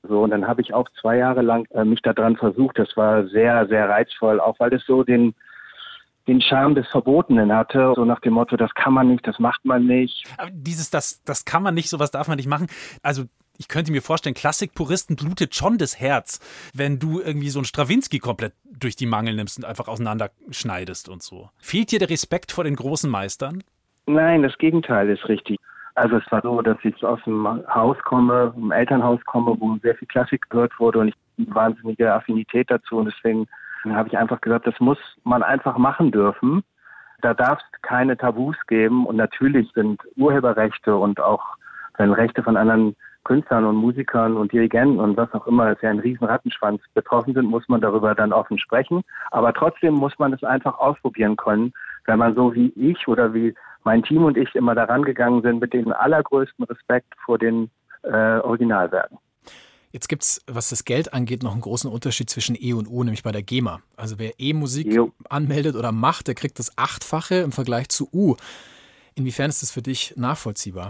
So, und dann habe ich auch zwei Jahre lang äh, mich daran versucht. Das war sehr, sehr reizvoll, auch weil das so den, den Charme des Verbotenen hatte. So nach dem Motto, das kann man nicht, das macht man nicht. Aber dieses, das, das kann man nicht, sowas darf man nicht machen. Also ich könnte mir vorstellen, Klassikpuristen blutet schon das Herz, wenn du irgendwie so einen Strawinski komplett durch die Mangel nimmst und einfach auseinanderschneidest und so. Fehlt dir der Respekt vor den großen Meistern? Nein, das Gegenteil ist richtig. Also es war so, dass ich aus dem Haus komme, einem Elternhaus komme, wo sehr viel Klassik gehört wurde und ich eine wahnsinnige Affinität dazu. Und deswegen habe ich einfach gesagt, das muss man einfach machen dürfen. Da darf es keine Tabus geben. Und natürlich sind Urheberrechte und auch wenn Rechte von anderen Künstlern und Musikern und Dirigenten und was auch immer, ist ja ein riesen Rattenschwanz, betroffen sind, muss man darüber dann offen sprechen. Aber trotzdem muss man es einfach ausprobieren können, wenn man so wie ich oder wie mein Team und ich immer daran gegangen sind mit dem allergrößten Respekt vor den äh, Originalwerken. Jetzt gibt es, was das Geld angeht, noch einen großen Unterschied zwischen E und U, nämlich bei der GEMA. Also wer E-Musik Jo. anmeldet oder macht, der kriegt das Achtfache im Vergleich zu U. Inwiefern ist das für dich nachvollziehbar?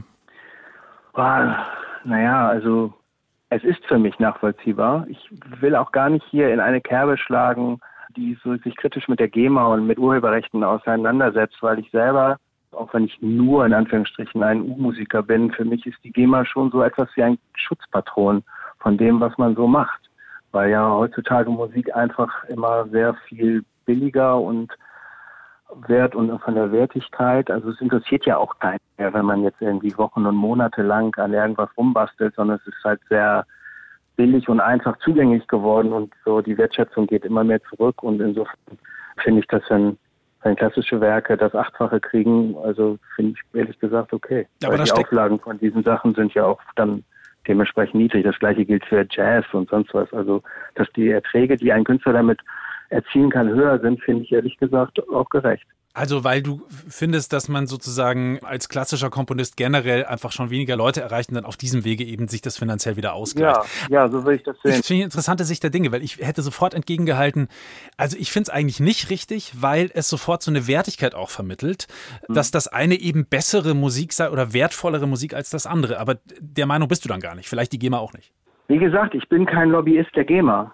Ah, naja, also es ist für mich nachvollziehbar. Ich will auch gar nicht hier in eine Kerbe schlagen, die so sich kritisch mit der GEMA und mit Urheberrechten auseinandersetzt, weil ich selber, auch wenn ich nur in Anführungsstrichen ein U-Musiker bin, für mich ist die GEMA schon so etwas wie ein Schutzpatron von dem, was man so macht. Weil ja heutzutage Musik einfach immer sehr viel billiger und Wert und von der Wertigkeit, also es interessiert ja auch keinen mehr, wenn man jetzt irgendwie Wochen und Monate lang an irgendwas rumbastelt, sondern es ist halt sehr billig und einfach zugänglich geworden und so die Wertschätzung geht immer mehr zurück und insofern finde ich das, wenn, wenn klassische Werke das Achtfache kriegen, also finde ich ehrlich gesagt okay. Ja, aber weil die steckt- Auflagen von diesen Sachen sind ja auch dann dementsprechend niedrig. Das gleiche gilt für Jazz und sonst was. Also dass die Erträge, die ein Künstler damit erzielen kann, höher sind, finde ich ehrlich gesagt auch gerecht. Also weil du findest, dass man sozusagen als klassischer Komponist generell einfach schon weniger Leute erreicht und dann auf diesem Wege eben sich das finanziell wieder ausgleicht. Ja, ja, so würde ich das sehen. Das finde ich eine interessante Sicht der Dinge, weil ich hätte sofort entgegengehalten, also ich finde es eigentlich nicht richtig, weil es sofort so eine Wertigkeit auch vermittelt, mhm. dass das eine eben bessere Musik sei oder wertvollere Musik als das andere. Aber der Meinung bist du dann gar nicht, vielleicht die GEMA auch nicht. Wie gesagt, ich bin kein Lobbyist der GEMA.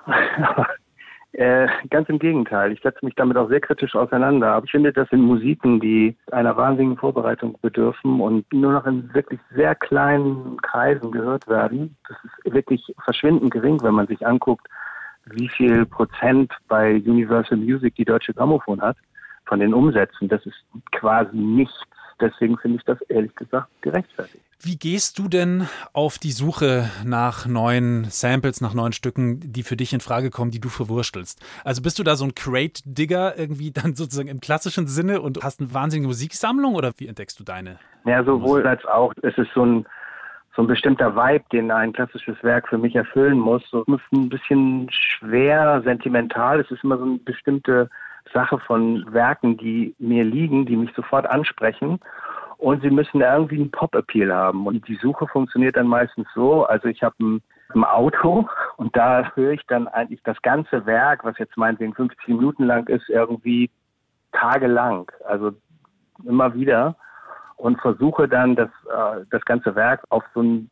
Äh, ganz im Gegenteil. Ich setze mich damit auch sehr kritisch auseinander. Aber ich finde, das sind Musiken, die einer wahnsinnigen Vorbereitung bedürfen und nur noch in wirklich sehr kleinen Kreisen gehört werden. Das ist wirklich verschwindend gering, wenn man sich anguckt, wie viel Prozent bei Universal Music die Deutsche Grammophon hat von den Umsätzen. Das ist quasi nichts. Deswegen finde ich das ehrlich gesagt gerechtfertigt. Wie gehst du denn auf die Suche nach neuen Samples, nach neuen Stücken, die für dich in Frage kommen, die du verwurstelst? Also bist du da so ein Crate-Digger irgendwie dann sozusagen im klassischen Sinne und hast eine wahnsinnige Musiksammlung oder wie entdeckst du deine? Ja, sowohl Musik? Als auch. Es ist so ein, so ein bestimmter Vibe, den ein klassisches Werk für mich erfüllen muss. So, es ist ein bisschen schwer, sentimental. Es ist immer so eine bestimmte Sache von Werken, die mir liegen, die mich sofort ansprechen. Und sie müssen irgendwie einen Pop-Appeal haben. Und die Suche funktioniert dann meistens so, also ich habe ein, ein Auto und da höre ich dann eigentlich das ganze Werk, was jetzt meinetwegen fünfzig Minuten lang ist, irgendwie tagelang, also immer wieder. Und versuche dann das, äh, das ganze Werk auf so ein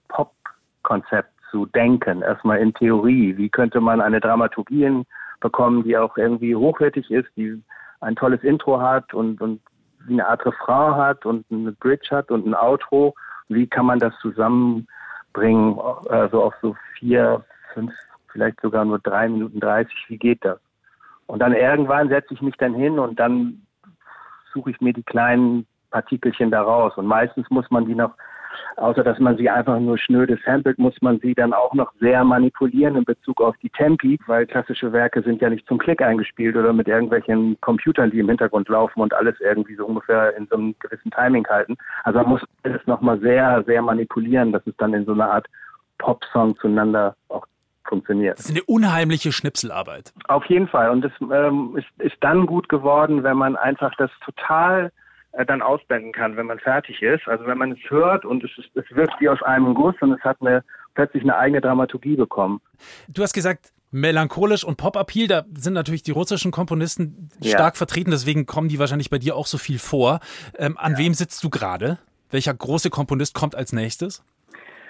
Pop-Konzept zu denken. Erstmal in Theorie, wie könnte man eine Dramaturgie bekommen, die auch irgendwie hochwertig ist, die ein tolles Intro hat und, und wie eine Art Refrain hat und eine Bridge hat und ein Outro. Wie kann man das zusammenbringen, also auf so vier, fünf, vielleicht sogar nur drei Minuten dreißig, wie geht das? Und dann irgendwann setze ich mich dann hin und dann suche ich mir die kleinen Partikelchen da raus. Und meistens muss man die noch, außer dass man sie einfach nur schnöde samplet, muss man sie dann auch noch sehr manipulieren in Bezug auf die Tempi, weil klassische Werke sind ja nicht zum Klick eingespielt oder mit irgendwelchen Computern, die im Hintergrund laufen und alles irgendwie so ungefähr in so einem gewissen Timing halten. Also man muss alles nochmal sehr, sehr manipulieren, dass es dann in so einer Art Pop-Song zueinander auch funktioniert. Das ist eine unheimliche Schnipselarbeit. Auf jeden Fall. Und das ähm, ist, ist dann gut geworden, wenn man einfach das total dann ausblenden kann, wenn man fertig ist. Also wenn man es hört und es, ist, es wirkt wie aus einem Guss und es hat eine, plötzlich eine eigene Dramaturgie bekommen. Du hast gesagt, melancholisch und Pop-Appeal, da sind natürlich die russischen Komponisten stark ja. vertreten, deswegen kommen die wahrscheinlich bei dir auch so viel vor. Ähm, an ja. wem sitzt du gerade? Welcher große Komponist kommt als nächstes?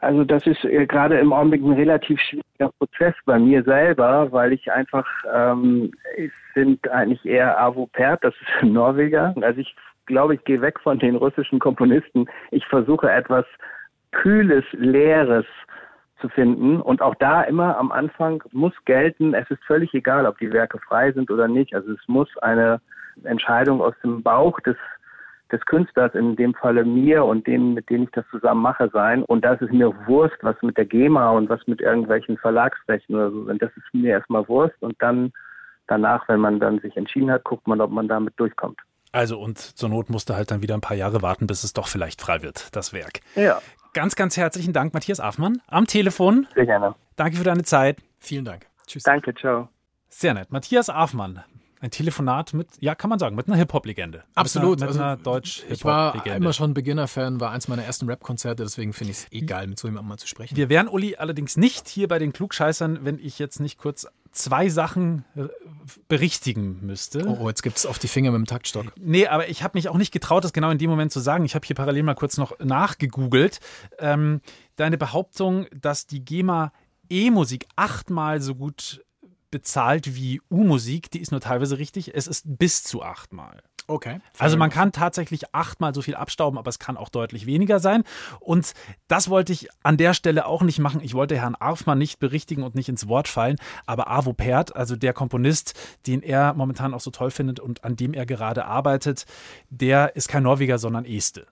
Also das ist äh, gerade im Augenblick ein relativ schwieriger Prozess bei mir selber, weil ich einfach, ähm, es sind eigentlich eher Arvo Pärt, das ist ein Norweger. Also ich glaube, ich gehe weg von den russischen Komponisten. Ich versuche etwas Kühles, Leeres zu finden. Und auch da immer am Anfang muss gelten, es ist völlig egal, ob die Werke frei sind oder nicht. Also es muss eine Entscheidung aus dem Bauch des des Künstlers, in dem Falle mir und denen, mit denen ich das zusammen mache, sein. Und das ist mir Wurst, was mit der GEMA und was mit irgendwelchen Verlagsrechten oder so sind. Das ist mir erstmal Wurst. Und dann danach, wenn man dann sich entschieden hat, guckt man, ob man damit durchkommt. Also und zur Not musste halt dann wieder ein paar Jahre warten, bis es doch vielleicht frei wird, das Werk. Ja. Ganz, ganz herzlichen Dank, Matthias Afmann, am Telefon. Sehr gerne. Danke für deine Zeit. Vielen Dank. Tschüss. Danke, ciao. Sehr nett. Matthias Afmann. Ein Telefonat mit, ja, kann man sagen, mit einer Hip-Hop-Legende. Absolut. Mit einer, mit einer also, Deutsch-Hip-Hop-Legende. Ich war immer schon Beginner-Fan, war eins meiner ersten Rap-Konzerte, deswegen finde ich es egal, mit so jemandem mal zu sprechen. Wir wären, Uli, allerdings nicht hier bei den Klugscheißern, wenn ich jetzt nicht kurz zwei Sachen berichtigen müsste. Oh, jetzt gibt es auf die Finger mit dem Taktstock. Nee, aber ich habe mich auch nicht getraut, das genau in dem Moment zu sagen. Ich habe hier parallel mal kurz noch nachgegoogelt. Ähm, deine Behauptung, dass die GEMA E-Musik achtmal so gut bezahlt wie U-Musik, die ist nur teilweise richtig. Es ist bis zu achtmal. Okay. Also man kann tatsächlich achtmal so viel abstauben, aber es kann auch deutlich weniger sein. Und das wollte ich an der Stelle auch nicht machen. Ich wollte Herrn Arfmann nicht berichtigen und nicht ins Wort fallen. Aber Arvo Pärt, also der Komponist, den er momentan auch so toll findet und an dem er gerade arbeitet, der ist kein Norweger, sondern Este.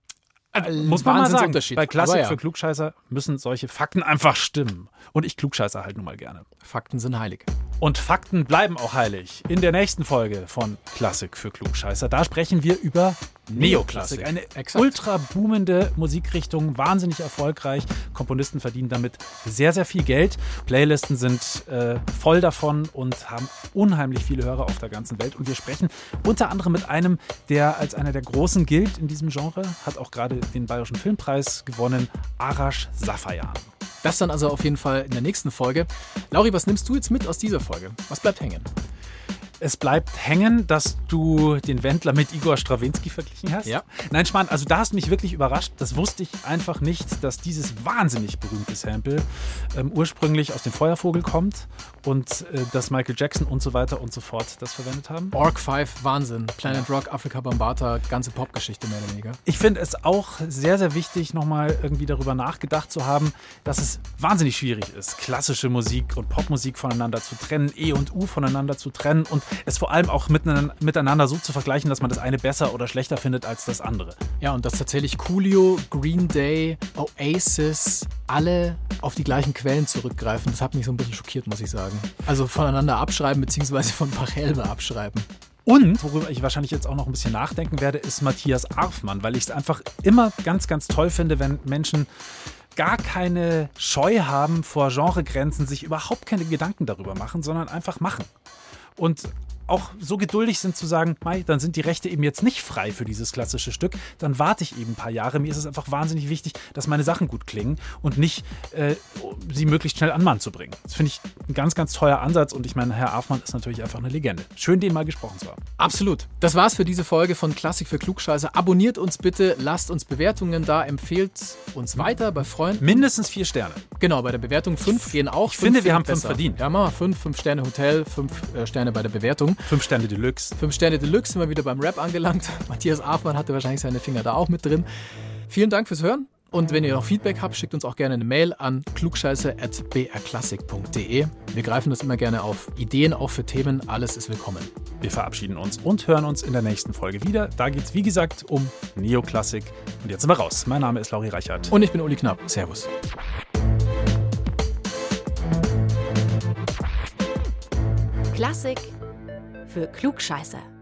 Also, muss man mal sagen, bei Klassik ja. für Klugscheißer müssen solche Fakten einfach stimmen. Und ich klugscheißer halt nun mal gerne. Fakten sind heilig. Und Fakten bleiben auch heilig. In der nächsten Folge von Klassik für Klugscheißer, da sprechen wir über Neoklassik. Eine Exakt. ultra boomende Musikrichtung, wahnsinnig erfolgreich. Komponisten verdienen damit sehr, sehr viel Geld. Playlisten sind äh, voll davon und haben unheimlich viele Hörer auf der ganzen Welt. Und wir sprechen unter anderem mit einem, der als einer der Großen gilt in diesem Genre, hat auch gerade den Bayerischen Filmpreis gewonnen, Arash Safayan. Das dann also auf jeden Fall in der nächsten Folge. Lauri, was nimmst du jetzt mit aus dieser Folge? Was bleibt hängen? Es bleibt hängen, dass du den Wendler mit Igor Strawinski verglichen hast. Ja. Nein, Schmarrn, also da hast du mich wirklich überrascht. Das wusste ich einfach nicht, dass dieses wahnsinnig berühmte Sample ähm, ursprünglich aus dem Feuervogel kommt und äh, dass Michael Jackson und so weiter und so fort das verwendet haben. Orc fünf, Wahnsinn. Planet Rock, Afrika Bambaataa, ganze Popgeschichte mehr oder weniger. Ich finde es auch sehr, sehr wichtig, nochmal irgendwie darüber nachgedacht zu haben, dass es wahnsinnig schwierig ist, klassische Musik und Popmusik voneinander zu trennen, E und U voneinander zu trennen und es vor allem auch miteinander so zu vergleichen, dass man das eine besser oder schlechter findet als das andere. Ja, und dass tatsächlich Coolio, Green Day, Oasis, alle auf die gleichen Quellen zurückgreifen, das hat mich so ein bisschen schockiert, muss ich sagen. Also voneinander abschreiben, beziehungsweise von Pachelbel abschreiben. Und, worüber ich wahrscheinlich jetzt auch noch ein bisschen nachdenken werde, ist Matthias Arfmann, weil ich es einfach immer ganz, ganz toll finde, wenn Menschen gar keine Scheu haben vor Genregrenzen, sich überhaupt keine Gedanken darüber machen, sondern einfach machen. Und auch so geduldig sind zu sagen, Mai, dann sind die Rechte eben jetzt nicht frei für dieses klassische Stück, dann warte ich eben ein paar Jahre. Mir ist es einfach wahnsinnig wichtig, dass meine Sachen gut klingen und nicht äh, sie möglichst schnell an Mann zu bringen. Das finde ich ein ganz, ganz teuer Ansatz und ich meine, Herr Arfmann ist natürlich einfach eine Legende. Schön, den mal gesprochen zu haben. Absolut. Das war's für diese Folge von Klassik für Klugscheißer. Abonniert uns bitte, lasst uns Bewertungen da, empfehlt uns weiter bei Freunden. Mindestens vier Sterne. Genau, bei der Bewertung fünf gehen auch. Ich finde, wir haben fünf verdient. Ja, machen wir fünf, fünf Sterne Hotel, fünf äh, Sterne bei der Bewertung. Fünf Sterne Deluxe. Fünf Sterne Deluxe, sind wir wieder beim Rap angelangt. Matthias Arfmann hatte wahrscheinlich seine Finger da auch mit drin. Vielen Dank fürs Hören. Und wenn ihr noch Feedback habt, schickt uns auch gerne eine Mail an klugscheiße at b r klassik punkt d e. Wir greifen das immer gerne auf. Ideen auch für Themen, alles ist willkommen. Wir verabschieden uns und hören uns in der nächsten Folge wieder. Da geht es, wie gesagt, um Neoklassik. Und jetzt sind wir raus. Mein Name ist Lauri Reichert. Und ich bin Uli Knapp. Servus. Klassik für Klugscheißer.